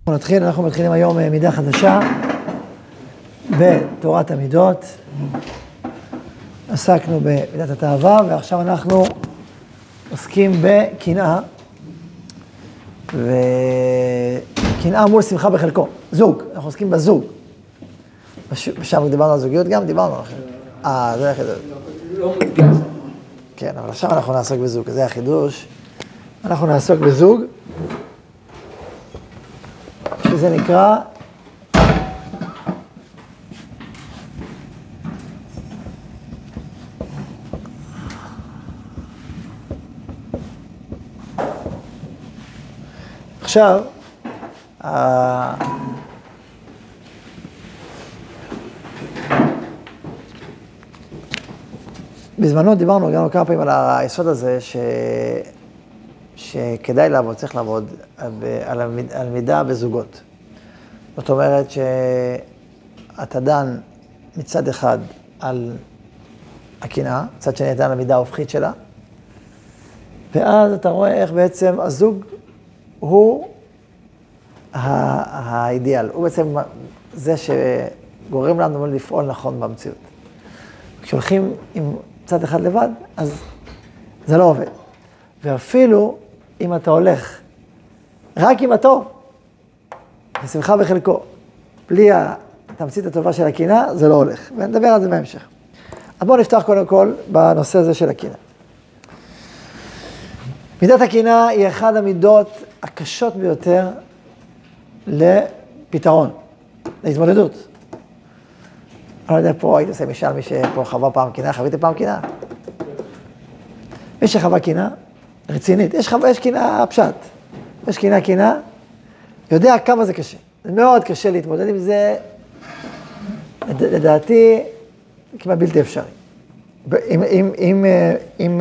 אנחנו מתחילים היום מידה חדשה בתורת המידות. עסקנו במידת התאווה ועכשיו אנחנו עוסקים בקנאה. וקנאה מול שמחה בחלקו, זוג, אנחנו עוסקים בזוג. שם דיברנו על זוגיות גם? דיברנו על זה. זה החידוש. כן, אבל עכשיו אנחנו נעסוק בזוג, זה החידוש. אנחנו נעסוק בזוג, שזה נקרא עכשיו, בזמנו דיברנו גם כמה פעמים על היסוד הזה שכדאי לעבוד, צריך לעבוד על מידה בזוגות. זאת אומרת שאתה דן מצד אחד על הקנאה, מצד שני אתה דן על המידה ההופכית שלה, ואז אתה רואה איך בעצם הזוג הוא האידיאל, הוא בעצם זה שגורם לנו לפעול נכון במציאות. כשהולכים עם צד אחד לבד, אז זה לא עובד. ואפילו אם אתה הולך רק עם הטוב, ושמחה בחלקו, בלי התמצית הטובה של הקנאה, זה לא הולך. ונדבר על זה בהמשך. אז בואו נפתח קודם כל בנושא הזה של הקנאה. מידת הקנאה היא אחד המידות הקשות ביותר לפתרון, להתמודדות. אני לא יודע, פה הייתי עושה משאל מי שפה חווה פעם קנאה, חוויתי פעם קנאה? מי שחווה קנאה רצינית, יש קנאה פשט, יש קנאה, יודע כמה זה קשה. זה מאוד קשה להתמודד עם זה, לדעתי, כמעט בלתי אפשרי. אם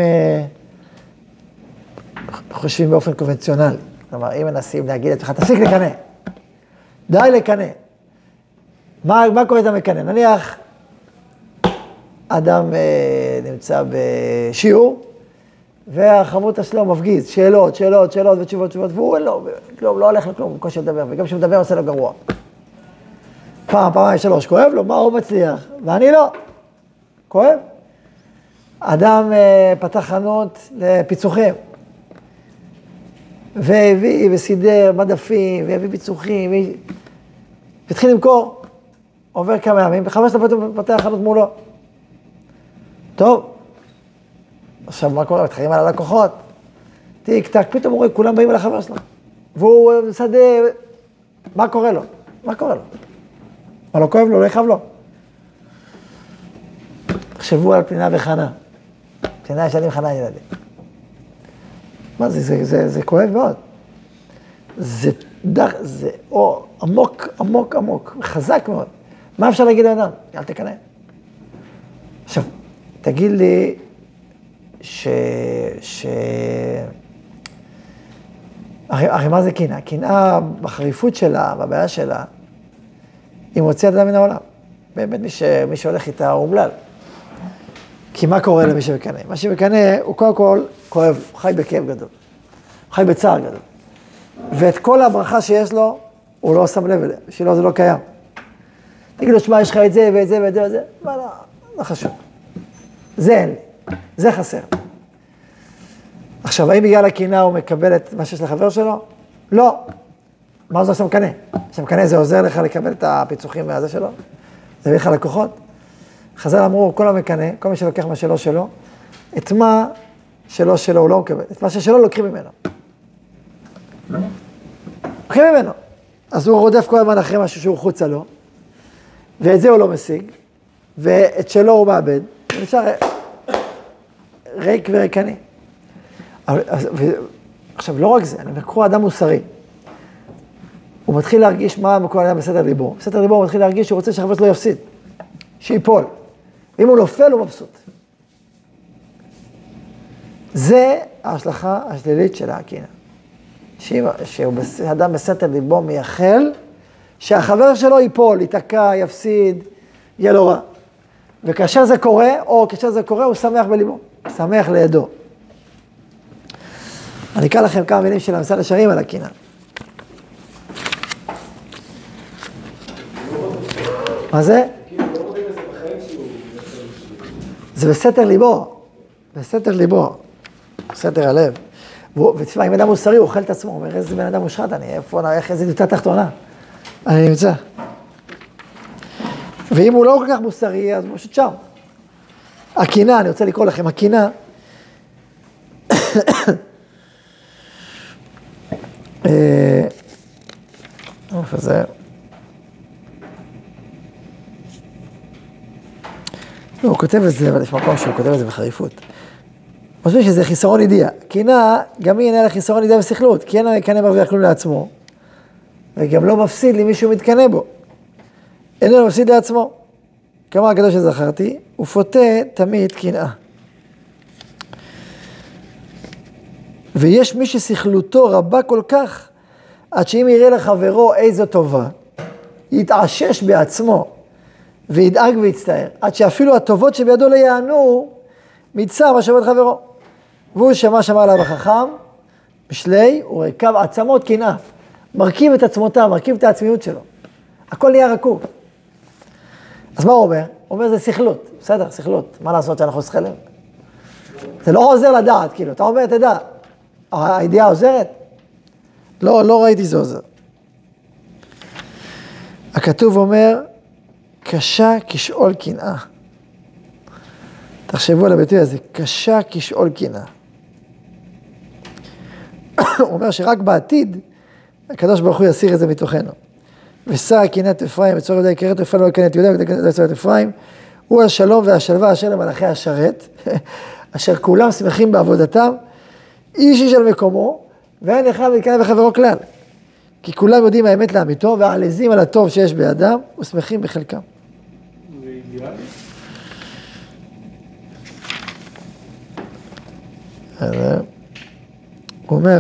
חושבים באופן קונבנציונלי, כלומר, אם מנסים להגיד את לך, תפסיק לקנא, די לקנא. מה קורה את המקנא? נניח, אדם נמצא בשיעור, והחמות שלו מפגיז, שאלות ותשובות, והוא לא הולך לכלום, הוא קושי לדבר, וגם כשמדבר עושה לו גרוע. פעמיים, שלוש, כואב לו, מה הוא מצליח? ואני לא. כואב? אדם פתח חנות לפיצוחים, והביא וסידר מדפים, והביא פיצוחים, והתחיל למכור. עובר כמה ימים, ב5 דקות פתח חנות מולו. טוב, עכשיו מה קורה? מתחרים על הלקוחות. טיק טק, פתאום הוא רואה, כולם באים על החבר שלו. והוא מסדר, מה קורה לו? מה לא כואב לו, לא יכאב לו. תחשבו על פנינה וחנה. פנינה ישנים, חנה ילדים. מה זה? זה כואב מאוד. זה עמוק, חזק מאוד. מה אפשר להגיד לאדם? אל תקנא. עכשיו, תגיד לי הרי מה זה קנאה? קנאה בחריפות שלה, בבעיה שלה, היא מוציאה את אדם מן העולם. באמת מי שהולך איתה הוא אומלל. כי מה קורה למי שמקנא? מה שמקנא הוא קודם כל כואב, הוא חי בכאב גדול, הוא חי בצער גדול. ואת כל הברכה שיש לו, הוא לא שם לב אליה, בשבילו זה לא קיים. תגיד לו, שמה, יש לך את זה ואת זה ואת זה ואת זה? מה, לא חשוב. זה אין לי, זה חסר. עכשיו, האם בגלל הקנאה הוא מקבל את מה שיש לחבר שלו? לא. מה זה עכשיו מקנא? שמקנא זה עוזר לך לקבל את הפיצוחים מהזה שלו? זה מביא לך לקוחות? חז"ל אמרו, כל המקנא, כל מי שלוקח מה שלו, את מה שלו הוא לא מקבל, את מה ששלו לוקחים ממנו. לוקחים ממנו. אז הוא רודף כל הזמן אחרי משהו שהוא חוצה לו, ואת זה הוא לא משיג, ואת שלו הוא מאבד, ונשאר ריק וריקני. עכשיו, לא רק זה, אני מקרוא אדם מוסרי. הוא מתחיל להרגיש מה כל אדם בסתר ליבו. בסתר ליבו הוא מתחיל להרגיש שהוא רוצה שהחבר שלו יפסיד, שיפול. אם הוא נופל, הוא מבסוט. זה ההשלכה השלילית של הקנאה. שאדם בסתר ליבו מייחל שהחבר שלו ייפול, ייתקע, יפסיד, יהיה לו רע. וכאשר זה קורה, הוא שמח בליבו, שמח לידו. אני אקרא לכם כמה מילים של המסע לשרים על הקנאה. מה זה? כאילו, לא רואים את זה בחיים שהוא... זה בסתר ליבו, בסתר ליבו, בסתר הלב. ותשמע, אם אדם מוסרי, הוא אוכל את עצמו, הוא אומר, איזה בן אדם מושחת אני, איך איזה דיוטה תחתונה? אני נמצא. ואם הוא לא כל כך מוסרי, אז הוא פשוט שם. הקינה, אני רוצה לקרוא לכם, הקינה, איפה זה? הוא כותב את זה, אבל יש מקום שהוא כותב את זה בחריפות. חושבים שזה חיסרון ידיעה. קינה, גם היא איננה חיסרון ידיעה וסכלות, כי אין המקנה מרוויח כלום לעצמו, וגם לא מפסיד למי שהוא מתקנה בו. איננו מפסיד לעצמו. כמה הקדוש שזכרתי, הוא פוטה תמיד קנאה. ויש מי ששכלותו רבה כל כך, עד שאם יראה לחברו איזו טובה, יתעשש בעצמו, וידאג ויצטער, עד שאפילו הטובות שבידו לא יענו, מצער מה שעובד חברו. והוא שמע עליו החכם, משלי, הוא רכב עצמות קנאה, מרכיב את עצמותיו, מרכיב את העצמיות שלו. הכל נהיה רקוב. אז מה הוא אומר? הוא אומר זה שכלות, בסדר, שכלות. מה לעשות שאנחנו שכלים? זה לא עוזר לדעת, כאילו, אתה אומר, תדע, הידיעה עוזרת? לא ראיתי זה עוזר. הכתוב אומר, קשה כשאול קנאה. תחשבו על הביטוי הזה, קשה כשאול קנאה. הוא אומר שרק בעתיד, הקדוש ברוך הוא יסיר את זה מתוכנו. ושר קנאת אפרים, וצור יהודה יקרת אפרים לא יקנת יהודה, וקנאת יצור את אפרים, הוא השלום והשלווה אשר למלאכי השרת, אשר כולם שמחים בעבודתם, איש על מקומו, ואין אחד מתקנא בחברו כלל. כי כולם יודעים האמת לאמיתו, והעלזים על הטוב שיש בידם, ושמחים בחלקם. זה אידיאלי? הוא אומר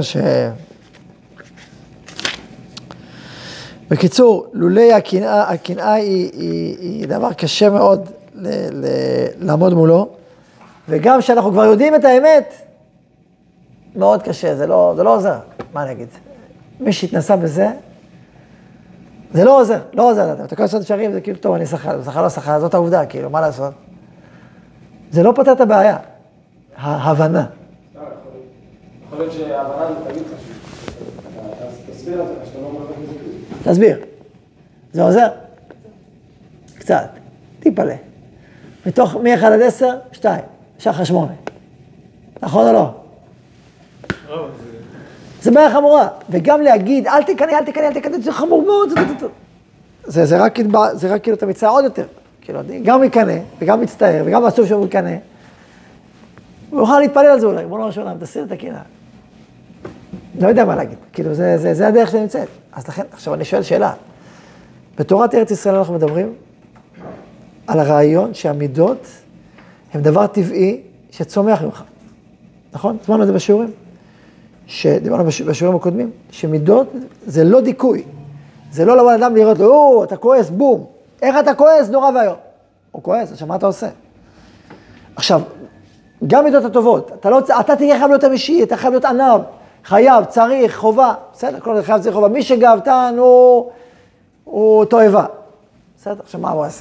בקיצור, לולי הקנאה היא דבר קשה מאוד לעמוד מולו, וגם שאנחנו כבר יודעים את האמת, מאוד קשה, זה לא עוזר, מה אני אגיד? מי שהתנסה בזה, זה לא עוזר, אתה כל לעשות שערים, זה כאילו, טוב, אני שחל, לא שחל, זאת העובדה, כאילו, מה לעשות? זה לא פותר את הבעיה, ההבנה. יכול להיות שההבנה תגיד לך תסביר את זה, שאתה לא אומר את זה. תסביר. זה עוזר? קצת. טיפלה. מתוך מ-1 עד 10, 2. שחר 8. נכון או לא? זה בעיה חמורה. וגם להגיד, אל תקנה, זה חמור מאוד. זה רק כאילו אתה מצטער עוד יותר. גם יקנה, וגם מצטער, וגם עצוב שהוא יקנה. הוא יוכל להתפלל על זה אולי, בוא לא ראשונה, תסיר את הקנאה. לא יודע מה להגיד, כאילו זה הדרך שנמצאת. אז לכן, עכשיו אני שואל שאלה. בתורת ארץ ישראל אנחנו מדברים על הרעיון שהמידות הם דבר טבעי שצומח ממך. נכון? זמנו את זה בשיעורים. שדיברנו בשיעורים הקודמים, שמידות זה לא דיכוי. זה לא לבוא לאדם לראות לו, אתה כועס, בום. איך אתה כועס? נורא והיום. הוא כועס, עכשיו מה אתה עושה? עכשיו, גם מידות הטובות, אתה תהיה חייב להיות אמישי, אתה חייב להיות ענב, חייב, צריך, חובה, בסדר, כל זה חייב צריך חובה, מי שגאוותן הוא תועבה, בסדר, עכשיו מה הוא יעשה?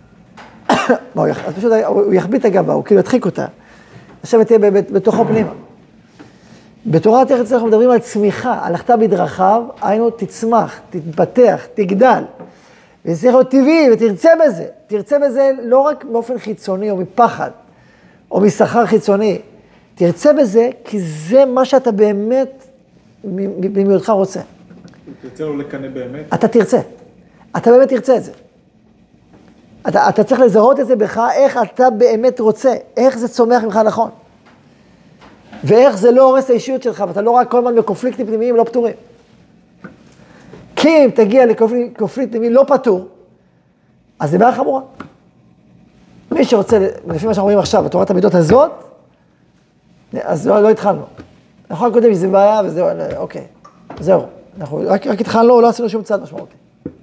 אז פשוט הוא יחביא את הגאווה, הוא כאילו ידחיק אותה, עכשיו תהיה בתוכו פנימה. בתורת ארץ ישראל אנחנו מדברים על צמיחה, הלכתה בדרכיו, היינו תצמח, תתפתח, תגדל, וזה צריך להיות טבעי ותרצה בזה לא רק באופן חיצוני או מפחד, או משכר חיצוני, תרצה בזה, כי זה מה שאתה באמת, במיוחדך רוצה. תרצה לו לקנא באמת? אתה תרצה. אתה באמת תרצה את זה. אתה צריך לזהות את זה בך, איך אתה באמת רוצה, איך זה צומח ממך נכון. ואיך זה לא הורס האישיות שלך, ואתה לא רק כל הזמן בקונפליקטים פנימיים לא פתורים. כי אם תגיע לקונפליקט פנימי לא פתור, אז זה בעיה חמורה. מי שרוצה, לפי מה שאנחנו רואים עכשיו, בתורת המידות הזאת, אז לא התחלנו. אנחנו רק יודעים שזה בעיה וזהו, אוקיי, זהו. אנחנו רק התחלנו, לא עשינו שום צעד משמעותי.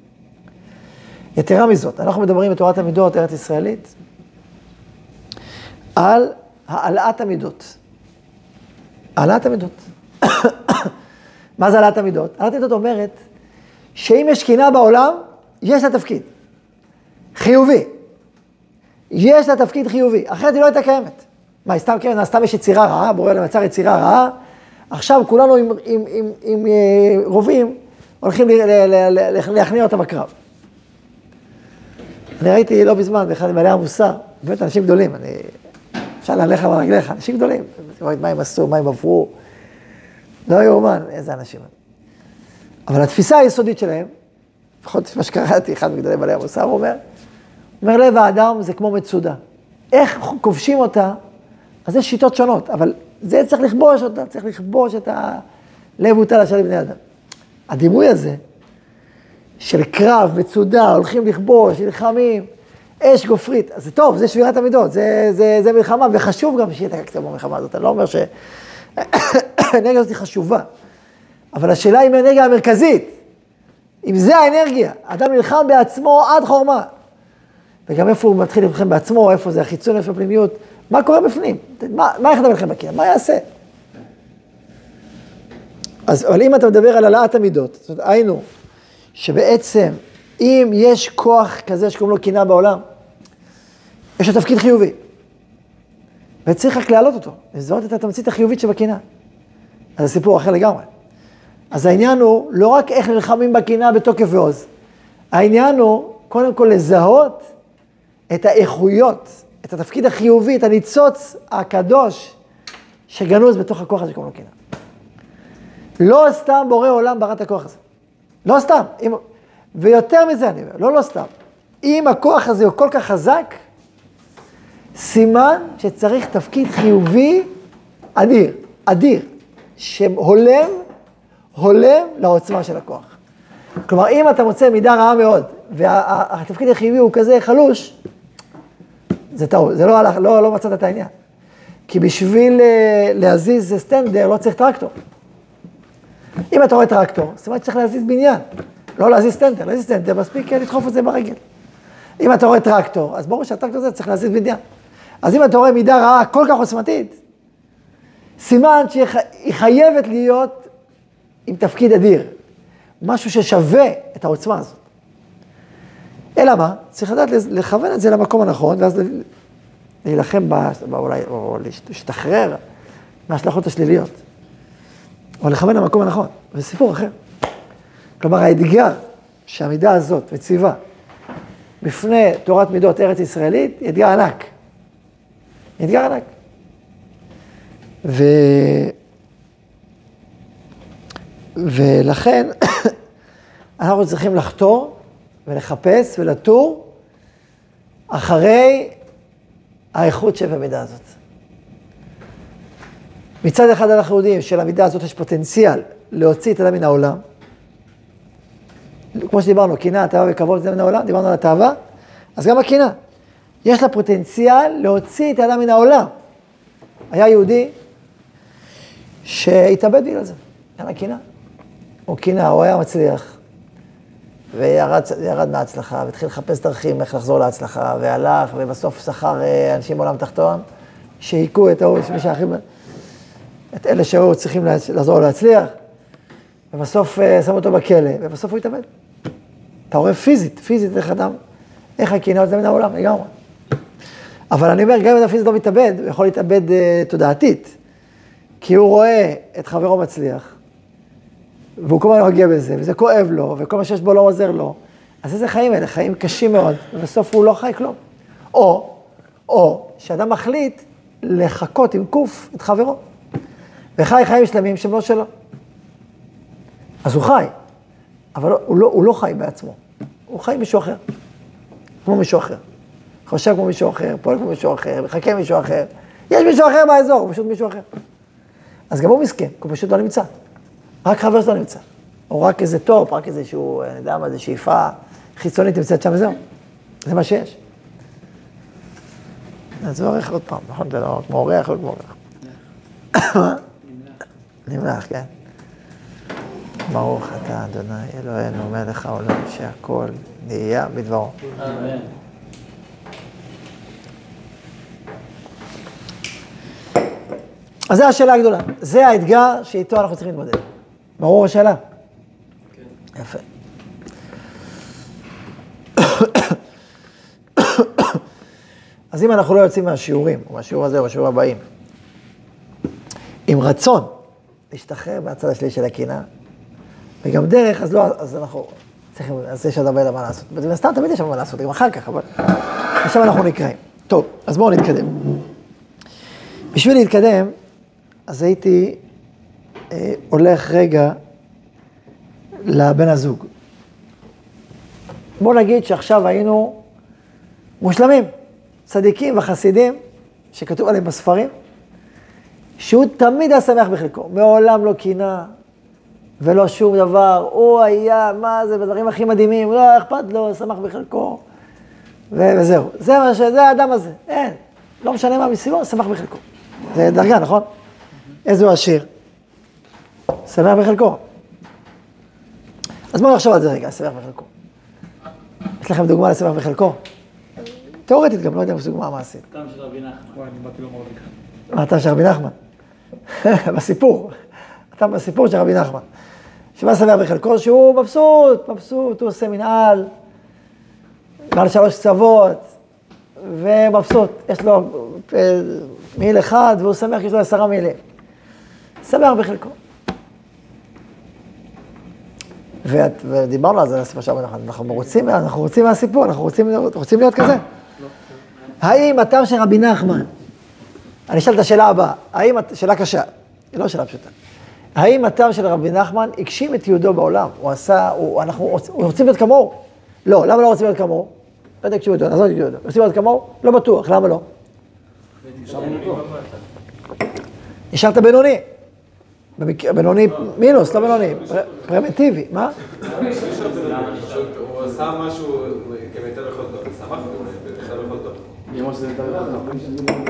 יתרה מזאת, אנחנו מדברים בתורת המידות ארץ ישראלית, על העלאת המידות. העלאת המידות. מה זה העלאת המידות? העלאת המידות אומרת, שאם יש קנאה בעולם, יש לה תפקיד. חיובי. יש לה תפקיד חיובי, אחרת היא לא הייתה קיימת. מה, היא סתם קיימת? סתם יש יצירה רעה, בורא עולם יצר יצירה רעה, עכשיו כולנו עם רובים הולכים להכניע אותה בקרב. אני ראיתי לא בזמן, באחד מבעלי המוסר, באמת אנשים גדולים, אפשר להלך על רגליך, אנשים גדולים, מה הם עשו, מה הם עברו, לא יאומן, איזה אנשים. אבל התפיסה היסודית שלהם, לפחות מה שקראתי, אחד מגדולי בעלי המוסר, הוא אומר, לב האדם זה כמו מצודה. איך כובשים אותה? אז יש שיטות שונות, אבל זה צריך לכבוש אותה, צריך לכבוש את הלב מוטל של בני אדם. הדימוי הזה, של קרב, מצודה, הולכים לכבוש, נלחמים, אש גופרית, אז זה טוב, זה שבירת המידות, זה מלחמה, וחשוב גם שיהיה את המלחמה הזאת, אני לא אומר שהאנרגיה הזאת היא חשובה, אבל השאלה היא האנרגיה המרכזית, אם זה האנרגיה, האדם נלחם בעצמו עד חורמה, וגם איפה הוא מתחיל לבחן בעצמו, איפה זה החיצון, איפה הפנימיות, מה קורה בפנים? מה איך אתה מלחם בקניין? מה יעשה? אבל אם אתה מדבר על העלאת המידות, זאת אומרת, היינו, שבעצם אם יש כוח כזה שקוראים לו קנאה בעולם, יש לו תפקיד חיובי. וצריך רק להעלות אותו, לזהות את התמצית החיובית שבקנאה. אז זה סיפור אחר לגמרי. אז העניין הוא לא רק איך נלחמים בקנאה בתוקף ועוז, העניין הוא קודם כל לזהות את האיכויות, את התפקיד החיובי, את הניצוץ הקדוש שגנוז בתוך הכוח הזה שקוראים לו קנאה. לא סתם בורא עולם ברא את הכוח הזה. לא סתם. ויותר מזה אני אומר, לא סתם. אם הכוח הזה הוא כל כך חזק, סימן שצריך תפקיד חיובי אדיר, שהולם לעוצמה של הכוח. כלומר, אם אתה מוצא מידה רעה מאוד, והתפקיד החיובי הוא כזה חלוש, זה טעות, זה לא הלך, לא מצאת את העניין. כי בשביל להזיז סטנדר לא צריך טרקטור. אם אתה רואה טרקטור, זאת אומרת שצריך להזיז בניין, לא להזיז סטנדר, להזיז סטנדר, מספיק לדחוף את זה ברגל. אם אתה רואה טרקטור, אז ברור שהטרקטור הזה צריך להזיז בניין. אז אם אתה רואה מידה רעה כל כך עוצמתית, סימן שהיא חייבת להיות עם תפקיד אדיר, משהו ששווה את העוצמה הזאת. אלא מה? צריך לדעת לכוון את זה למקום הנכון, ואז להילחם אולי, או להשתחרר מההשלכות השליליות. אבל לכוון למקום הנכון, וזה סיפור אחר. כלומר, האתגר שהמידה הזאת מציבה בפני תורת מידות ארץ ישראלית, היא אתגר ענק. אתגר ענק. ולכן אנחנו צריכים לחתור ולחפש ולטור אחרי האיכות שבמידה הזאת. מצד אחד אנחנו יודעים שלמידה הזאת יש פוטנציאל להוציא את האדם מן העולם. כמו שדיברנו, קנאה, תאווה וכבוד זה מן העולם, דיברנו על התאווה, אז גם הקנאה. יש לה פוטנציאל להוציא את האדם מן העולם. היה יהודי שהתאבד בגלל זה, היה קנאה. הוא היה מצליח, וירד מההצלחה, והתחיל לחפש דרכים איך לחזור להצלחה, והלך, ובסוף שכר אנשים בעולם תחתון, שהיקו את אלה שהיו צריכים לעזור להצליח, ובסוף שמו אותו בכלא, ובסוף הוא התאבד. אתה רואה פיזית איך הקנאה יוצאת מן העולם, לגמרי. אבל אני אומר, גם אם הפיזית לא מתאבד, הוא יכול להתאבד תודעתית, כי הוא רואה את חברו מצליח, והוא כל הזמן מגיע בזה, וזה כואב לו, וכל מה שיש בו לא עוזר לו. אז איזה חיים אלה? חיים קשים מאוד, ובסוף הוא לא חי כלום. או שאדם מחליט לחכות עם קוף את חברו, וחי חיים שלמים שהם לא שלו. אז הוא חי, אבל הוא לא חי בעצמו, הוא חי מישהו אחר, כמו מישהו אחר. חושב כמו מישהו אחר, פועל כמו מישהו אחר, מחכה מישהו אחר. יש מישהו אחר באזור, הוא פשוט מישהו אחר. אז גם הוא מסכן, הוא פשוט לא נמצא. רק חבר שלא נמצא. או רק איזה טופ, רק איזשהו, אני יודע מה, איזו שאיפה חיצונית נמצאת שם וזהו. זה מה שיש. אז זה עורך עוד פעם, נכון? זה לא כמו עורך, לא כמו עורך. מה? נמלך, כן. ברוך אתה, אדוני, אלוהינו, מלך העולם, שהכל נהיה בדברו. אמן. אז זו השאלה הגדולה. זה האתגר שאיתו אנחנו צריכים להתמודד. ברור השאלה? כן. יפה. אז אם אנחנו לא יוצאים מהשיעורים, או מהשיעור הזה או מהשיעור הבאים, עם רצון להשתחרר מהצד השלישי של הקנאה, וגם דרך, אז לא, אז אנחנו צריכים, אז יש עוד הרבה מה לעשות. וסתם תמיד יש מה לעשות, גם אחר כך, אבל עכשיו אנחנו נקראים. טוב, אז בואו נתקדם. בשביל להתקדם, אז הייתי הולך רגע לבן הזוג. בואו נגיד שעכשיו היינו מושלמים, צדיקים וחסידים, שכתוב עליהם בספרים, שהוא תמיד היה שמח בחלקו, מעולם לא קינה ולא שום דבר, הוא היה, מה זה, בדברים הכי מדהימים, לא אכפת לו, שמח בחלקו, וזהו. זה האדם הזה, אין, לא משנה מה מסביבו, שמח בחלקו. זה דרגה, נכון? איזו עשיר? שמח בחלקו. אז בואו נחשוב על זה רגע, שמח בחלקו. יש לכם דוגמה לשמח בחלקו? תיאורטית גם, לא יודע אם זו דוגמה מעשית. הטעם של רבי נחמן. וואי, אני באתי לומר לך. מה הטעם של רבי נחמן? בסיפור. הטעם בסיפור של רבי נחמן. שבא שמח בחלקו שהוא מבסוט, הוא עושה מנהל, מעל 3 קצוות, ומבסוט. יש לו מיל אחד, והוא שמח, יש לו 10 מילים. שמח בחלקו. ודיברנו על זה, אנחנו רוצים מהסיפור, אנחנו רוצים להיות כזה. האם הטעם של רבי נחמן, אני אשאל את השאלה הבאה, שאלה קשה, היא לא שאלה פשוטה. האם הטעם של רבי נחמן הגשים את יהודו בעולם? אנחנו רוצים להיות כמוהו? לא, למה לא רוצים להיות כמוהו? לא יודע הגשימו את יהודו, רוצים להיות כמוהו? לא בטוח, למה לא? נשארת בינוני. בינוני מינוס, לא בינוני, פרימיטיבי, מה? הוא עשה משהו כמיטב יכולתו, שמח כמיטב יכולתו.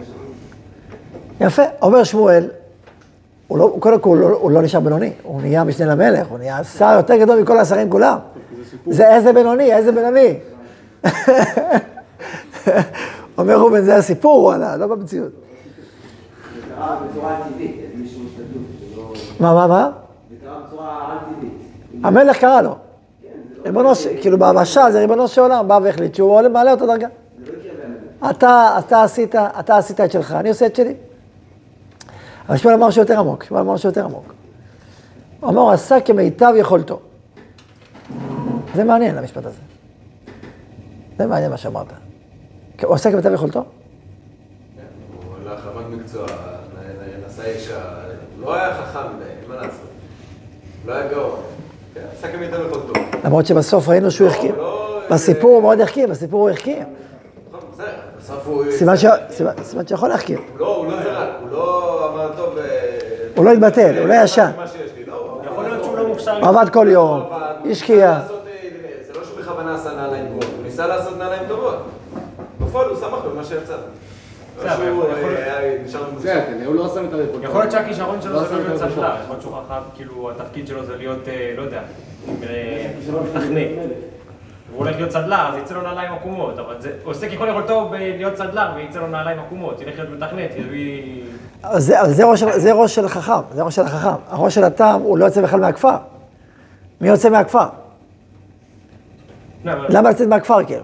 יפה, אומר שמואל, קודם כל הוא לא נשאר בינוני, הוא נהיה משנה למלך, הוא נהיה שר יותר גדול מכל השרים כולם. זה איזה בינוני, איזה בינוני. אומר רובן, זה הסיפור, וואלה, לא במציאות. זה קרה בצורה טבעית, אין מישהו השתתפות. מה? זה קרה בצורה על-טבעית. המלך קרא לו. ריבונו, כאילו במשל זה ריבונו של עולם, בא והחליט שהוא מעלה אותו דרגה. זה לא יקרה באמת. אתה עשית את שלך, אני עושה את שלי. אבל שמואל אמר שיותר עמוק, הוא אמר, עשה כמיטב יכולתו. זה מעניין, המשפט הזה. זה מעניין מה שאמרת. הוא עשה כמיטב יכולתו? הוא הלך למד מקצוע, נסע אישה, לא היה חכם מדי, מה לעשות? לא היה גאון. עשה כמיטב יכולתו. למרות שבסוף ראינו שהוא החכים. בסיפור הוא מאוד החכים, בסיפור הוא החכים. בסוף הוא... סימן שיכול להחכים. לא, הוא לא זרק, הוא לא אמר טוב... הוא לא התבטל, הוא לא ישן. יכול להיות שהוא לא מוכשר. הוא עבד כל יום, השקיע. זה לא שהוא בכוונה עשה נעליים גרועות, הוא ניסה לעשות נעליים טובות. בפועל הוא שמח במה שיצא. הוא לא עשה את הרפורט. יכול להיות שהכישרון שלו זה לא להיות צדלן, יכול להיות שהוא חכם, כאילו התפקיד שלו זה להיות, לא יודע, מתכנת. הוא הולך להיות צדלן, אז יצא לו נעליים עקומות, אבל הוא עושה ככל יכולתו להיות צדלן ויצא לו נעליים עקומות, ילך להיות מתכנת, יביא... זה ראש של החכם, הראש של הטעם הוא לא יוצא בכלל מהכפר. מי יוצא מהכפר? למה לצאת מהכפר כאילו?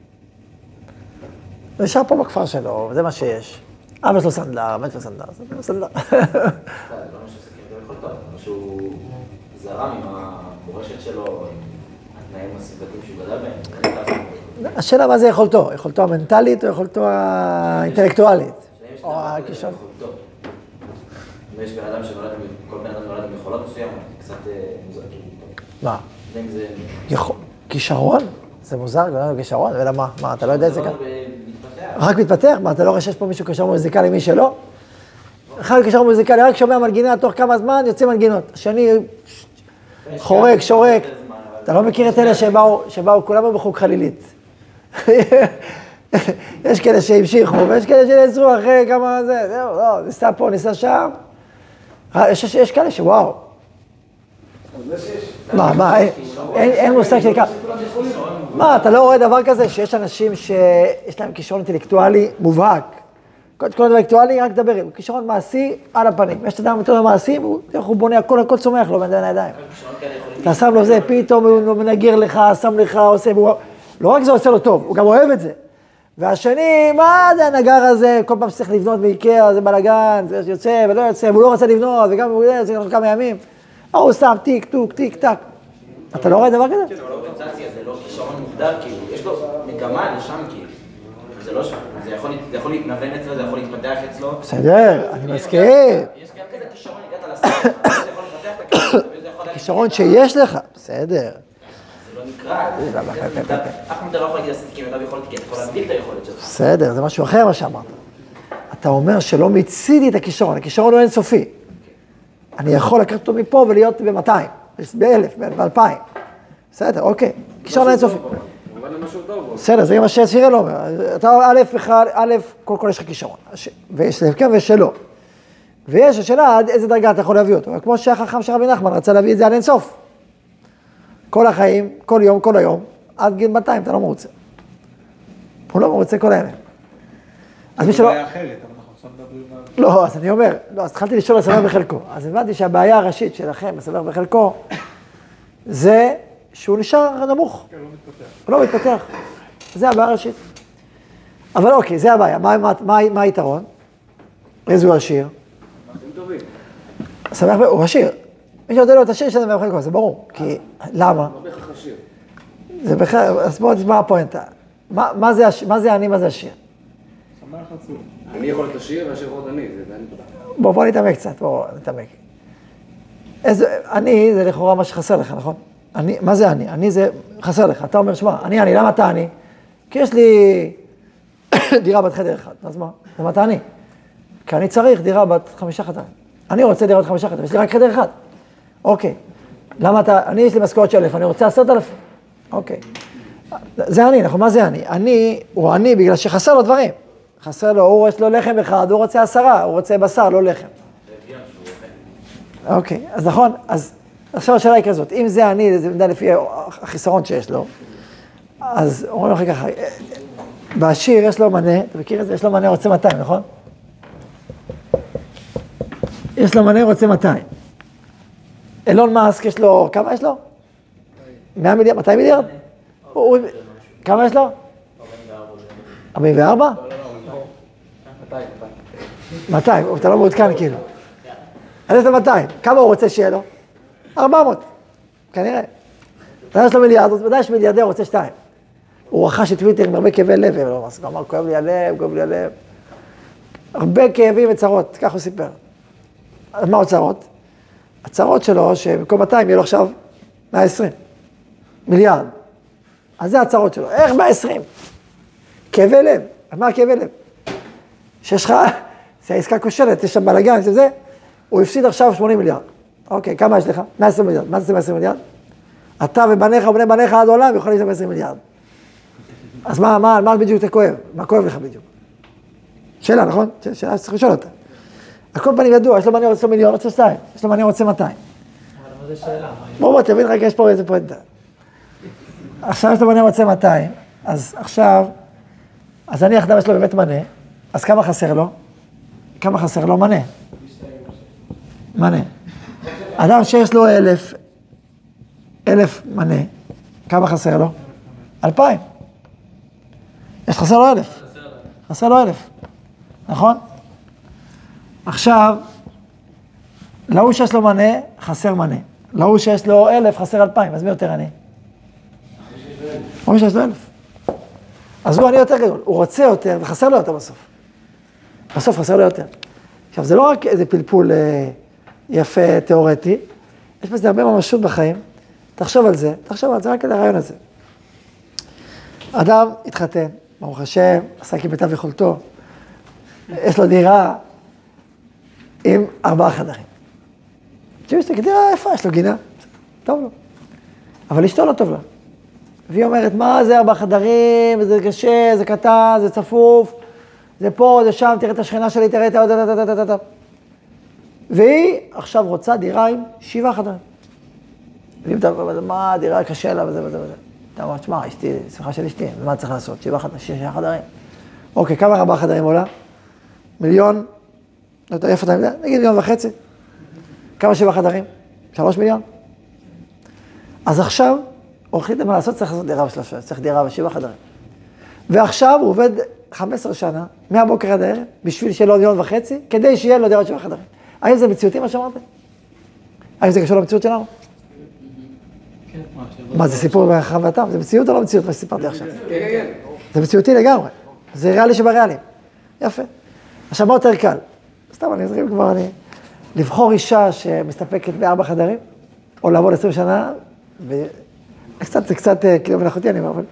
הוא נשאר פה בכפר שלו, וזה מה שיש. אבא שלו סנדלר, אבא שלו סנדלר, זה לא משהו שעושה כמיטב יכולתו, משהו זרם עם המורשת שלו, עם התנאים הסביבתיים שהוא גדל בהם. השאלה מה זה יכולתו? יכולתו המנטלית או יכולתו האינטלקטואלית? או הכישרון. אם יש בן אדם שנולד, כל בן אדם נולד עם יכולות מסוים, קצת מוזר. מה? כישרון? זה מוזר, גדול כישרון, ולמה? מה, אתה לא יודע את זה כאן? רק מתפתח? מה, אתה לא רואה שיש פה מישהו כישרון מוזיקלי, מי שלא? אחד כישרון מוזיקלי, רק שומע מנגינה, תוך כמה זמן יוצאים מנגינות. השני חורק, שורק. אתה לא מכיר את אלה שבאו, כולם בחוג חלילית. יש כאלה שהמשיכו, ויש כאלה שנעצרו אחרי כמה זה, זהו, לא, ניסה פה, ניסה שם. יש כאלה שוואו. מה, אין מושג של כמה. מה, אתה לא רואה דבר כזה שיש אנשים שיש להם כישרון אינטלקטואלי מובהק. כל אינטלקטואלי, רק דבר, הוא כישרון מעשי על הפנים. יש את אדם יותר מעשי, הוא בונה, הכל צומח לו בין הידיים. אתה שם לו זה, פתאום הוא מנגר לך, שם לך, עושה, לא רק זה עושה לו טוב, הוא גם אוהב את זה. והשני, מה זה הנגר הזה, כל פעם שצריך לבנות באיקאה, זה בלגן, זה יוצא ולא יוצא, והוא לא רוצה לבנות, וגם הוא זה יוצא כמה ימים. הוא שם טיק, טוק, טיק, טק. אתה לא רואה דבר כזה? אוריינטציה זה לא כישרון מוגדר, כאילו, יש לו מגמה לשם, כאילו. זה לא שם, זה יכול להתנוון אצלו, זה יכול להתפתח אצלו. בסדר, אני מסכים. יש גם כזה כישרון, הגעת לסרט, אתה יכול לפתח את הכישרון, ואתה יכול... כישרון שיש לך, בסדר. זה לא נקרא, אף מותר לא יכול להגיד עשיתי כמיטב יכולת, כי אתה יכול להגדיל את היכולת שלך. בסדר, זה משהו אחר מה שאמרת. אתה אומר שלא מיציתי את הכישרון, הכישרון הוא אינסופי. אני יכול לקחת אותו מפה ולהיות ב-200, ב-1000, ב-2000. בסדר, אוקיי, כישרון אינסופי. בסדר, זה מה שהשירה לא אומר. אתה א', קודם כל יש לך כישרון, ויש כן ויש שלא. ויש השאלה עד איזה דרגה אתה יכול להביא אותו. כמו שהחכם של רבי נחמן רצה להביא את זה עד אינסוף. כל החיים, כל יום, כל היום, עד גיל 200 אתה לא מרוצה. הוא לא מרוצה כל הימים. אז מי שלא... זה בעיה אחרת, אבל אנחנו עכשיו מדברים על... לא, אז אני אומר, לא, אז התחלתי לשאול הסבר בחלקו. אז הבנתי שהבעיה הראשית שלכם, הסבר בחלקו, זה שהוא נשאר נמוך. כן, לא מתפתח. הוא לא מתפתח. זה הבעיה הראשית. אבל אוקיי, זה הבעיה. מה היתרון? איזה הוא עשיר? אתם טובים. שמח, הוא עשיר. מי שנותן לו את השיר שלנו בחלקו, זה ברור. כי, למה? לא בהכרח עשיר. זה בכלל, אז בואו תשמע הפואנטה. מה זה אני, מה זה השיר? שמח עצוב. אני יכול להיות עשיר והשיר עוד אני, זה אין פתח. בואו נתעמק קצת, בואו נתעמק. אני, זה לכאורה מה שחסר לך, נכון? מה זה אני? אני זה חסר לך. אתה אומר, שמע, אני, למה אתה אני? כי יש לי דירה בת חדר אחד, אז מה? למה אתה אני? כי אני צריך דירה בת 5 חדרים. אני רוצה דירה בת 5 חדרים, יש לי רק חדר אחד. אוקיי. למה אתה, יש לי משכורת של 1,000, אני רוצה 10,000. אוקיי. זה אני, נכון? מה זה אני? אני, הוא אני בגלל שחסר לו דברים. חסר לו, הוא יש לו לחם אחד, הוא רוצה 10, הוא רוצה בשר, לא לחם. אוקיי, אז נכון, אז עכשיו השאלה היא כזאת, אם זה אני, זה מדע לפי החיסרון שיש לו, אז אומרים לך ככה, בעשיר יש לו מנה, אתה מכיר את זה? יש לו מנה רוצה 200, נכון? יש לו מנה רוצה 200. אילון מאסק יש לו, כמה יש לו? 100 מיליארד, 200 מיליארד? כמה יש לו? 44? 200, אתה לא מעודכן כאילו. אז יש לו 200, כמה הוא רוצה שיהיה לו? 400, כנראה. יש לו מיליארד, אז ודאי שמיליארדר רוצה 2. הוא רכש את טוויטר עם הרבה כאבי לב, הוא אמר, כואב לי הלב, כואב לי הלב. הרבה כאבים וצרות, כך הוא סיפר. אז מה הצרות? הצרות שלו, שבמקום 200 יהיה לו עכשיו 120 מיליארד. אז זה הצרות שלו. איך 120? כאבי לב. אז מה כאבי לב? שיש לך, זה העסקה כושלת, יש שם בלגן, זה, הוא הפסיד עכשיו 80 מיליארד. אוקיי, כמה יש לך? 120 מיליארד. מה זה 120 מיליארד? אתה ובניך ובני בניך עד העולם יכולים להיות 120 מיליארד. אז מה בדיוק אתה כואב? מה כואב לך בדיוק? שאלה, נכון? שאלה שצריך לשאול אותה. הכל פנים ידוע, יש לו מנה רוצה מיליון, רוצה 2, יש לו מנה רוצה 200. אבל זה שאלה. בוא, תבין רגע, יש פה איזה פואנטה. עכשיו יש לו מנה רוצה 200, אז עכשיו, אז אני אדם יש לו באמת מנה, אז כמה חסר לו? כמה חסר לו? מנה. מנה. אדם שיש לו 1,000 מנה, כמה חסר לו? 2,000. חסר לו 1,000. חסר לו 1,000. נכון? עכשיו, להוא שיש לו מנה, חסר מנה. להוא שיש לו 1,000, חסר 2,000. אז מי יותר עני? הוא שיש לו 1,000. אז הוא עני יותר גדול. הוא רוצה יותר, וחסר לו יותר בסוף. בסוף חסר לו יותר. עכשיו, זה לא רק איזה פלפול יפה, תיאורטי. יש בזה הרבה ממשות בחיים. תחשוב על זה, רק על הרעיון הזה. אדם התחתן, ברוך השם, עשה כמיטב יכולתו. יש לו דירה עם 4 חדרים. תראו, דירה יפה, יש לו גינה, טוב לו. אבל אשתו לא טוב לה. והיא אומרת, מה זה 4 חדרים, זה קשה, זה קטן, זה צפוף, זה פה, זה שם, תראה את השכנה שלי, תראה את ה... והיא עכשיו רוצה דירה עם 7 חדרים. והיא אומרת, מה, דירה קשה לה וזה וזה וזה. אתה אומר, תשמע, אשתי, שמחה של אשתי, מה צריך לעשות? 7 חדרים. אוקיי, כמה 4 חדרים עולה? 1,000,000, לא יודע, איפה אתה יודע? נגיד 1.5 מיליון. כמה 7 חדרים? 3 מיליון. אז עכשיו, הוא החליט מה לעשות, צריך לעשות דירה ב3, צריך דירה ב7 חדרים. ועכשיו הוא עובד 15 שנה, מהבוקר עד הערב, בשביל שיהיה לו 1.5 מיליון, כדי שיהיה לו דירת 7 חדרים. האם זה מציאותי מה שאמרתם? האם זה קשור למציאות שלנו? מה, זה סיפור בחכם והתם? זה מציאות או לא מציאות, מה שסיפרתי עכשיו? כן. זה מציאותי לגמרי. זה ריאלי שבריאלי. יפה. עכשיו, מה יותר קל? סתם, אני אזרים כבר, לבחור אישה שמסתפקת ב4 חדרים, או לעבוד 20 שנה, זה קצת כאילו מלאכותי, אני אומר, אבל...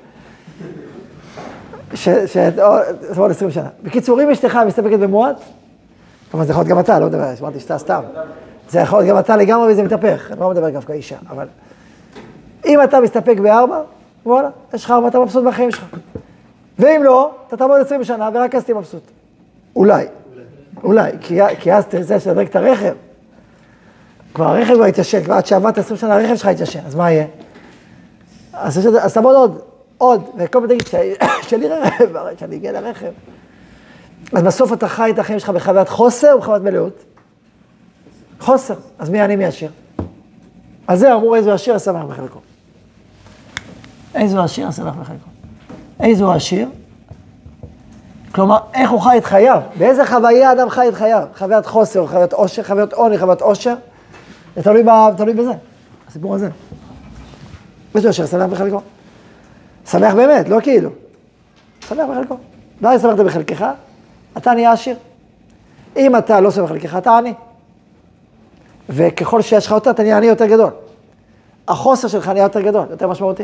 לעבוד 20 שנה. בקיצור, אם אשתך מסתפקת במועט, כלומר, זה יכול להיות גם אתה, לא מדבר, שמעתי שאתה סתם. זה יכול להיות גם אתה לגמרי וזה מתהפך, אני לא מדבר דווקא אישה, אבל... אם אתה מסתפק ב4, וואלה, יש לך 4, אתה מבסוט בחיים שלך. ואם לא, אתה תעבוד 20 שנה ורק אז תהיה מבסוט. אולי, כי אז תרצה שתדרג את הרכב. כבר הרכב כבר התיישן, כבר עד שעבדת 20 שנה הרכב שלך התיישן, אז מה יהיה? אז תעבוד עוד, וכל פעם תגיד, שלי רכב, שאני אגיע לרכב. אז בסוף אתה חי את החיים שלך בחוויית חוסר או בחוויית מלאות? חוסר, אז מי אני מי עשיר? אז זה אמרו איזו עשיר השמח בחלקו. איזו עשיר השמח בחלקו. איזו עשיר? כלומר, איך הוא חי את חייו? באיזה חוויה אדם חי את חייו? חוויית חוסר, חוויית עושר, חוויית עוני, חוויית עושר? זה תלוי בזה, הסיפור הזה. איזו עשיר השמח בחלקו. שמח באמת, לא כאילו. שמח בחלקו. ואם שמחת בחלקך, אתה נהיה עשיר. אם אתה לא שמח בחלקך, אתה עני. וככל שיש לך אותה, אתה נהיה עני יותר גדול. החוסר שלך נהיה יותר גדול, יותר משמעותי.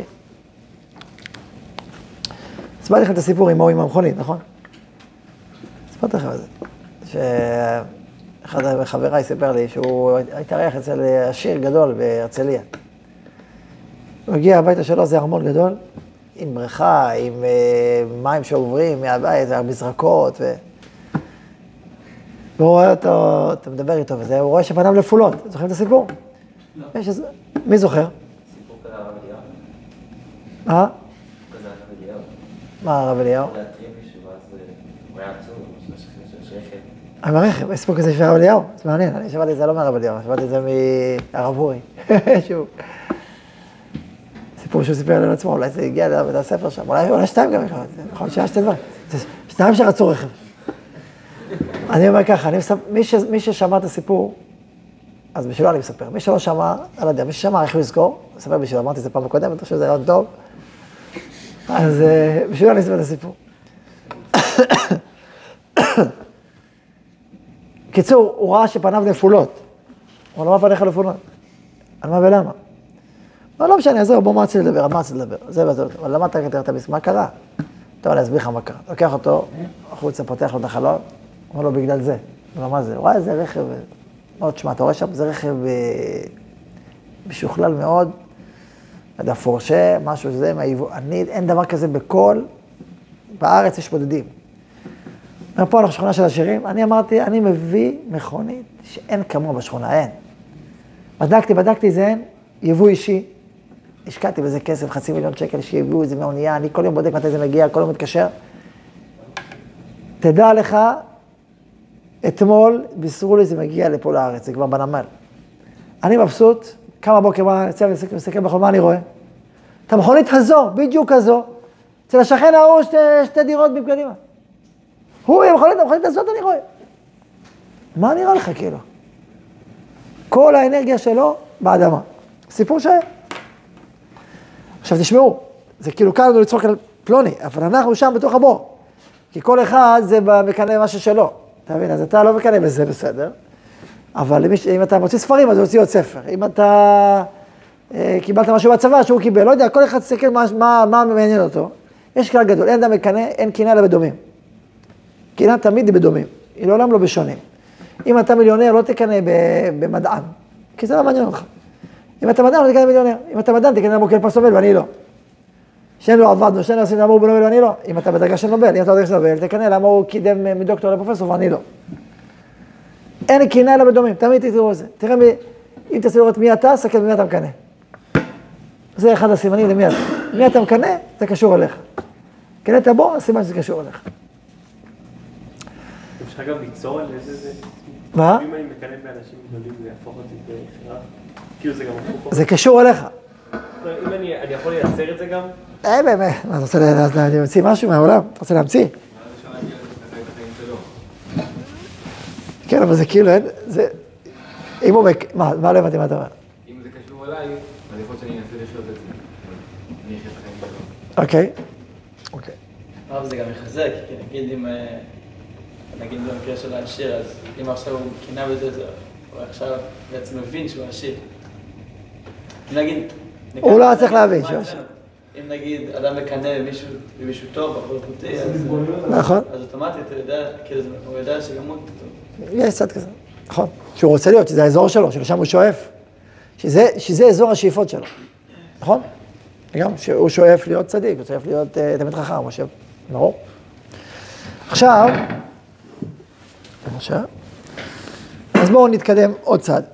הסברתי לכם את הסיפור עם המכונית, נכון? הסברתי לכם את זה. שאחד מחבריי סיפר לי שהוא התארח אצל עשיר גדול בהרצליה. הוא הגיע הביתה שלו, זה ארמון גדול, עם בריכה, עם מים שעוברים מהבית, מזרקות, והוא רואה אותו, אתה מדבר איתו וזה, הוא רואה שפניו לפולות. זוכרים את הסיפור? לא. מי זוכר? סיפור כזה הרב אליהו. מה? כזה הרב אליהו. מה הרב אליהו? הוא להתרים מישהו, ואז הוא היה עצוב, שיש רכב. עם הרכב, יש סיפור כזה של הרב אליהו, זה מעניין, אני שמעתי את זה לא מהרב אליהו, שמעתי את זה מהרב אורי. סיפור שהוא סיפר על עצמו, אולי זה הגיע לבית הספר שם, אולי 2 גם, יכול להיות שהיה 2 דברים. 2 שרצו רכב. אני אומר ככה, מי ששמע את הסיפור, אז בשבילו אני מספר. מי שלא שמע, אני לא יודע, מי ששמע, איך הוא יזכור, מספר בשבילו, אמרתי את זה פעם הקודמת, אני חושב שזה רעיון טוב. אז בשבילו אני אספר את הסיפור. קיצור, הוא ראה שפניו נפולות. הוא אמר, מה פניך נפולות? על מה ולמה? אבל לא משנה, זהו, בוא, מה רציתי לדבר? על מה רציתי לדבר? זה וזה, אבל למה אתה כתרת מה קרה? טוב, אני אסביר לך מה קרה. לוקח אותו, החוצה, פותח לו את החלון, אומר לו, בגלל זה. הוא אומר, מה זה? וואי, זה רכב, מאוד שמע, אתה רואה שם, זה רכב משוכלל מאוד, אתה פורשה, משהו שזה, אין דבר כזה בכל, בארץ יש בודדים. פה אנחנו שכונה של עשירים, אני אמרתי, אני מביא מכונית שאין כמוה בשכונה, אין. בדקתי, זה אין, יבוא אישי, השקעתי בזה כסף, 500,000 שקל שיביאו את זה מהאונייה, אני כל יום בודק מתי זה מגיע, כל יום מתקשר. תדע לך, אתמול בישרו לי זה מגיע לפה לארץ, זה כבר בנמל. אני מבסוט, כמה בוקר מה, יצא ומסתכל בכל מה אני רואה. את המכונית הזו, בדיוק הזו, אצל השכן ההוא 2 דירות בקדימה. הוא, המכונית הזאת אני רואה. מה נראה לך כאילו? כל האנרגיה שלו באדמה. סיפור ש... עכשיו תשמעו, זה כאילו קל לנו לצחוק על פלוני, אבל אנחנו שם בתוך הבור. כי כל אחד זה מקנה משהו שלו. אתה מבין? אז אתה לא מקנה בזה, בסדר. אבל אם אתה מוציא ספרים, אז הוא הוציא עוד ספר. אם אתה קיבלת משהו בצבא שהוא קיבל, לא יודע, כל אחד תסתכל מה מעניין אותו. יש כלל גדול, אין אדם מקנה, אין קנאה אלא בדומים. קנאה תמיד היא בדומים, היא לעולם לא בשונים. אם אתה מיליונר, לא תקנא במדען, כי זה לא מעניין אותך. אם אתה מדען, לא תקנא במיליונר. אם אתה מדען, תקנא במוקל פרס נובל, ואני לא. שנינו עבדנו, שנינו עושים לאמור בנובל, ואני לא. אם אתה בדרגה של נובל, אם אתה בדרגה של נובל, תקנא למה הוא קידם מדוקטור לפרופסור, ואני לא. אין קנאה אלא בדומים, תמיד תראו את זה. תראה, אם תעשי לראות מי אתה, סתכל במי אתה מקנא. זה אחד הסימנים למי אתה. מי אתה מקנא, זה קשור אליך. קנאת בו, הסימן שזה קשור אליך. אפשר גם ליצור על איזה... מה? אם אני מקנא באנשים גדולים, זה יהפוך אותי בהכרח. כאילו זה גם הפוך. זה קשור אליך. אם אני יכול לייצר את זה גם? באמת, מה, אתה רוצה להמציא משהו מהעולם? אתה רוצה להמציא? כן, אבל זה כאילו, זה... אם הוא... מה לא הבנתי מה אתה אומר? אם זה קשור אליי, אז יכול להיות שאני אנסה לשלוט את זה. אני אחיה את החיים שלו. אוקיי. אבל זה גם יחזק, כי נגיד אם... נגיד במקרה של העשיר, אז אם עכשיו הוא קינה בזה, הוא עכשיו בעצם מבין שהוא עשיר. נגיד... הוא לא צריך להבין שהוא עשיר. אם נגיד אדם מקנא במישהו טוב, בחור איכותי, נכון. אז אוטומטית הוא יודע שגם הוא טוב. יש צד כזה, נכון. שהוא רוצה להיות, שזה האזור שלו, שלשם הוא שואף. שזה אזור השאיפות שלו, נכון? וגם שהוא שואף להיות צדיק, הוא שואף להיות תלמיד חכם, הוא שואף, ברור. עכשיו, אז בואו נתקדם עוד צעד.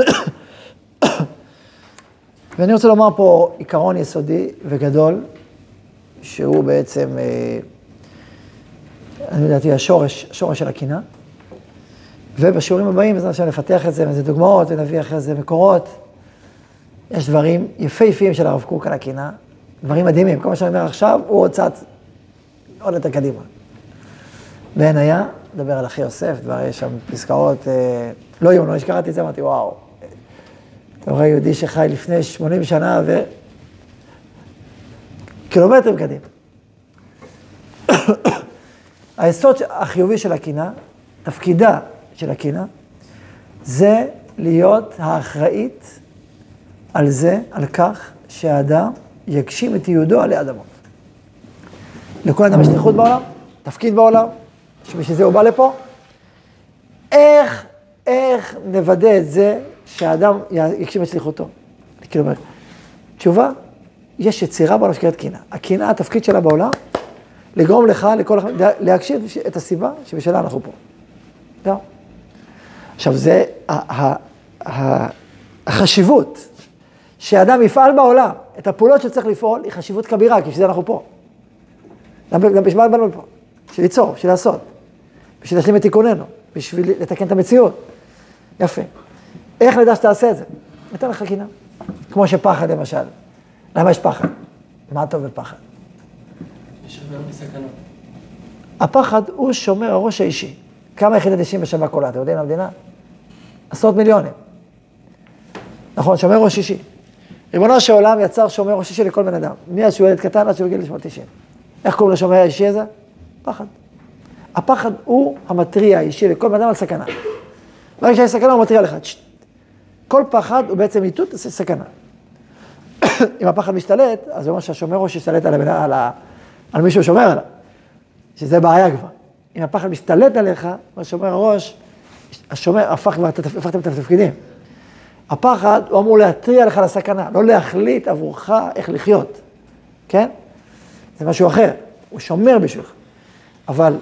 ואני רוצה לומר פה עיקרון יסודי וגדול, שהוא בעצם, אני יודעתי, השורש של הקנאה. ובשיעורים הבאים, אז עכשיו נפתח את זה, וזה דוגמאות, ונביא אחרי זה מקורות. יש דברים יפהפיים של הרב קוק על הקנאה, דברים מדהימים. כל מה שאני אומר עכשיו, הוא עוד צעד, עוד יותר קדימה. בעין היה, מדבר על אחי יוסף, יש שם פסקאות, לא יום, לא שקראתי את זה, אמרתי, וואו. אתה רואה יהודי שחי לפני 80 שנה קילומטרים קדימה. היסוד החיובי של הקנאה, תפקידה של הקנאה, זה להיות האחראית על זה, על כך שהאדם יגשים את ייעודו עלי אדמות. לכל אדם יש שליחות בעולם, תפקיד בעולם, שבשביל זה הוא בא לפה. איך נוודא את זה שהאדם יגשים את שליחותו? כאילו אומר, תשובה, יש יצירה בעולם שקראת קנאה. הקנאה, התפקיד שלה בעולם, לגרום לך, להגשים את הסיבה שבשלה אנחנו פה. גם. עכשיו, זה החשיבות שהאדם יפעל בעולם, את הפעולות שצריך לפעול, היא חשיבות כבירה, כי בשביל זה אנחנו פה. בשביל מה באנו לפה? בשביל ליצור, בשביל לעשות, בשביל להשלים את תיקוננו, בשביל לתקן את המציאות. יפה. איך נדע שתעשה את זה? ניתן לך קנאה. כמו שפחד למשל. למה יש פחד? מה טוב בפחד? שומר מסכנות. הפחד הוא שומר הראש האישי. כמה יחידת אישים בשווה קולה, אתם יודעים למדינה? עשרות מיליונים. נכון, שומר ראש אישי. ריבונו של עולם יצר שומר ראש אישי לכל בן אדם. מאז שהוא ילד קטן עד שהוא גיל 90. איך קוראים לשומר האישי הזה? פחד. הפחד הוא המטריע האישי לכל בן אדם על סכנה. ברגע שיש סכנה הוא מטריע לך. כל פחד הוא בעצם איתות סכנה. אם הפחד משתלט, אז זה אומר שהשומר ראש ישתלט על מי שהוא שומר עליו. שזה בעיה כבר. אם הפחד משתלט עליך, מה שומר הראש, השומר הפכתם את התפקידים. הפחד הוא אמור להטריע לך לסכנה, לא להחליט עבורך איך לחיות. כן? זה משהו אחר. הוא שומר בשבילך. אבל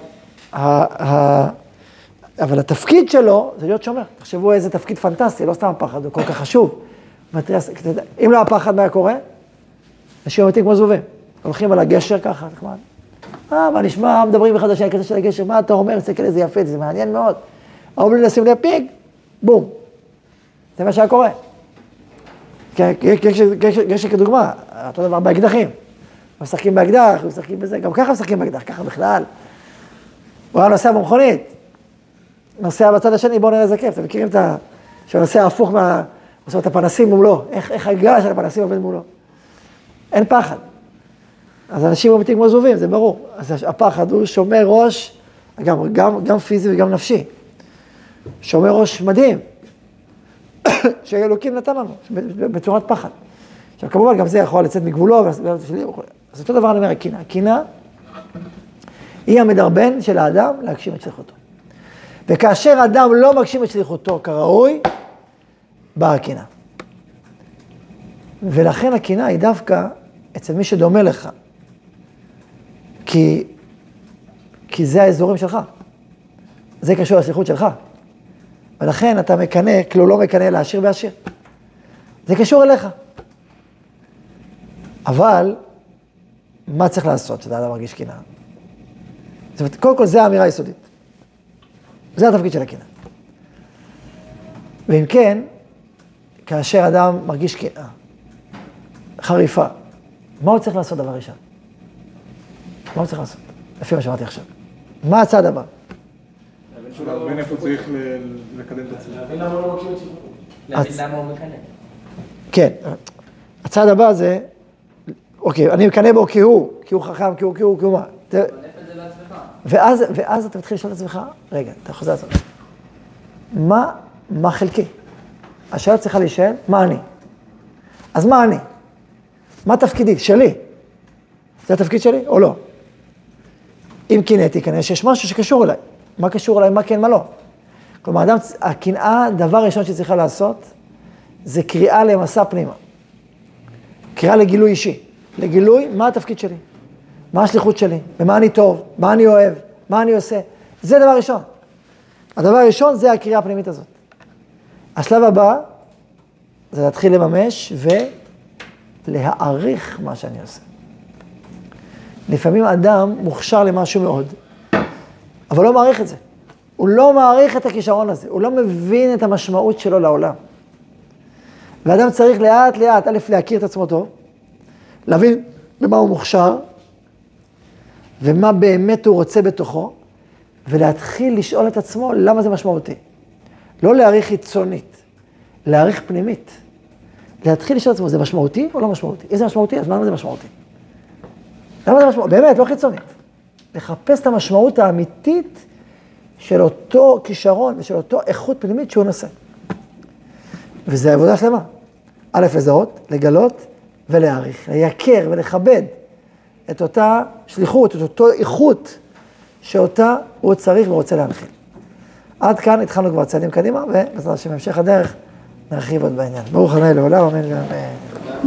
התפקיד שלו זה להיות שומר. תחשבו איזה תפקיד פנטסטי, לא סתם הפחד, הוא כל כך חשוב. אם לא הפחד, מה קורה? אנשים מתים כמו זבובים. הולכים על הגשר ככה, נחמד. מה נשמע, מדברים אחד השני, כזה של הגשר, מה אתה אומר, תסתכל איזה יפה, זה מעניין מאוד. אבל בלי לשים לב פיג, בום. זה מה שהיה קורה. גשר כדוגמה, אותו דבר באקדחים. משחקים באקדח, משחקים בזה, גם ככה משחקים באקדח, ככה בכלל. הוא היה נוסע במכונית, נוסע בצד השני, בואו נראה איזה כיף, אתם מכירים את שנוסע הפוך עושה את הפנסים מולו, איך הגל של הפנסים עובד מולו. אין פחד. אז אנשים מתים כמו זבובים, זה ברור. אז הפחד הוא שומר ראש, גם פיזי וגם נפשי. שומר ראש מדהים, שאלוקים נתן לנו, בצורת פחד. עכשיו כמובן גם זה יכול לצאת מגבולו, אז אותו דבר אני אומר, הקנאה. הקנאה היא המדרבן של האדם להגשים את שליחותו. וכאשר האדם לא מגשים את שליחותו כראוי, באה הקנאה. ולכן הקנאה היא דווקא אצל מי שדומה לך. כי זה האזורים שלך. זה קשור לשליחות שלך. ולכן אתה מקנא, כאילו לא מקנא לעשיר בעשיר. זה קשור אליך. אבל, מה צריך לעשות שאתה אדם מרגיש קנאה? זאת אומרת, קודם כל זה האמירה היסודית. זה התפקיד של הקנאה. ואם כן, כאשר אדם מרגיש קנאה, חריפה. מה הוא צריך לעשות דבר ראשון? מה הוא צריך לעשות? לפי מה שאמרתי עכשיו. מה הצעד הבא? להבין איפה צריך לקדם את עצמם. להבין למה הוא לא מכיר את שיפוטו. להבין למה הוא מקנא. כן, הצעד הבא זה, אוקיי, אני מקנא בו כי הוא חכם, כי הוא מה? ואז אתה מתחיל לשאול את עצמך, רגע, אתה חוזר לעצמך. מה חלקי? השאלה צריכה להישאל, מה אני? אז מה אני? מה תפקידי? שלי. זה התפקיד שלי או לא? אם קינאתי, כנראה שיש משהו שקשור אליי. מה קשור אליי, מה כן, מה לא. כלומר, הקנאה, דבר ראשון שצריכה לעשות, זה קריאה למסע פנימה. קריאה לגילוי אישי. לגילוי, מה התפקיד שלי? מה השליחות שלי? במה אני טוב? מה אני אוהב? מה אני עושה? זה דבר ראשון. הדבר הראשון זה הקריאה הפנימית הזאת. השלב הבא, זה להתחיל לממש ולהעריך מה שאני עושה. לפעמים אדם מוכשר למשהו מאוד, אבל לא מעריך את זה. הוא לא מעריך את הכישרון הזה, הוא לא מבין את המשמעות שלו לעולם. ואדם צריך לאט לאט, א', להכיר את עצמו טוב, להבין במה הוא מוכשר, ומה באמת הוא רוצה בתוכו, ולהתחיל לשאול את עצמו למה זה משמעותי. לא להעריך חיצונית, להעריך פנימית. להתחיל לשאול את עצמו, זה משמעותי או לא משמעותי? אם זה משמעותי, אז למה זה משמעותי? למה זה משמעותי? באמת, לא חיצונית. לחפש את המשמעות האמיתית של אותו כישרון ושל אותו איכות פנימית שהוא נושא. וזה עבודה שלמה. א', לזהות, לגלות ולהעריך, להייקר ולכבד את אותה שליחות, את אותו איכות שאותה הוא צריך ורוצה להנחיל. עד כאן התחלנו כבר צעדים קדימה, ובעזרת השם בהמשך הדרך נרחיב עוד בעניין. ברוך ה' לעולם, אמן ואמן.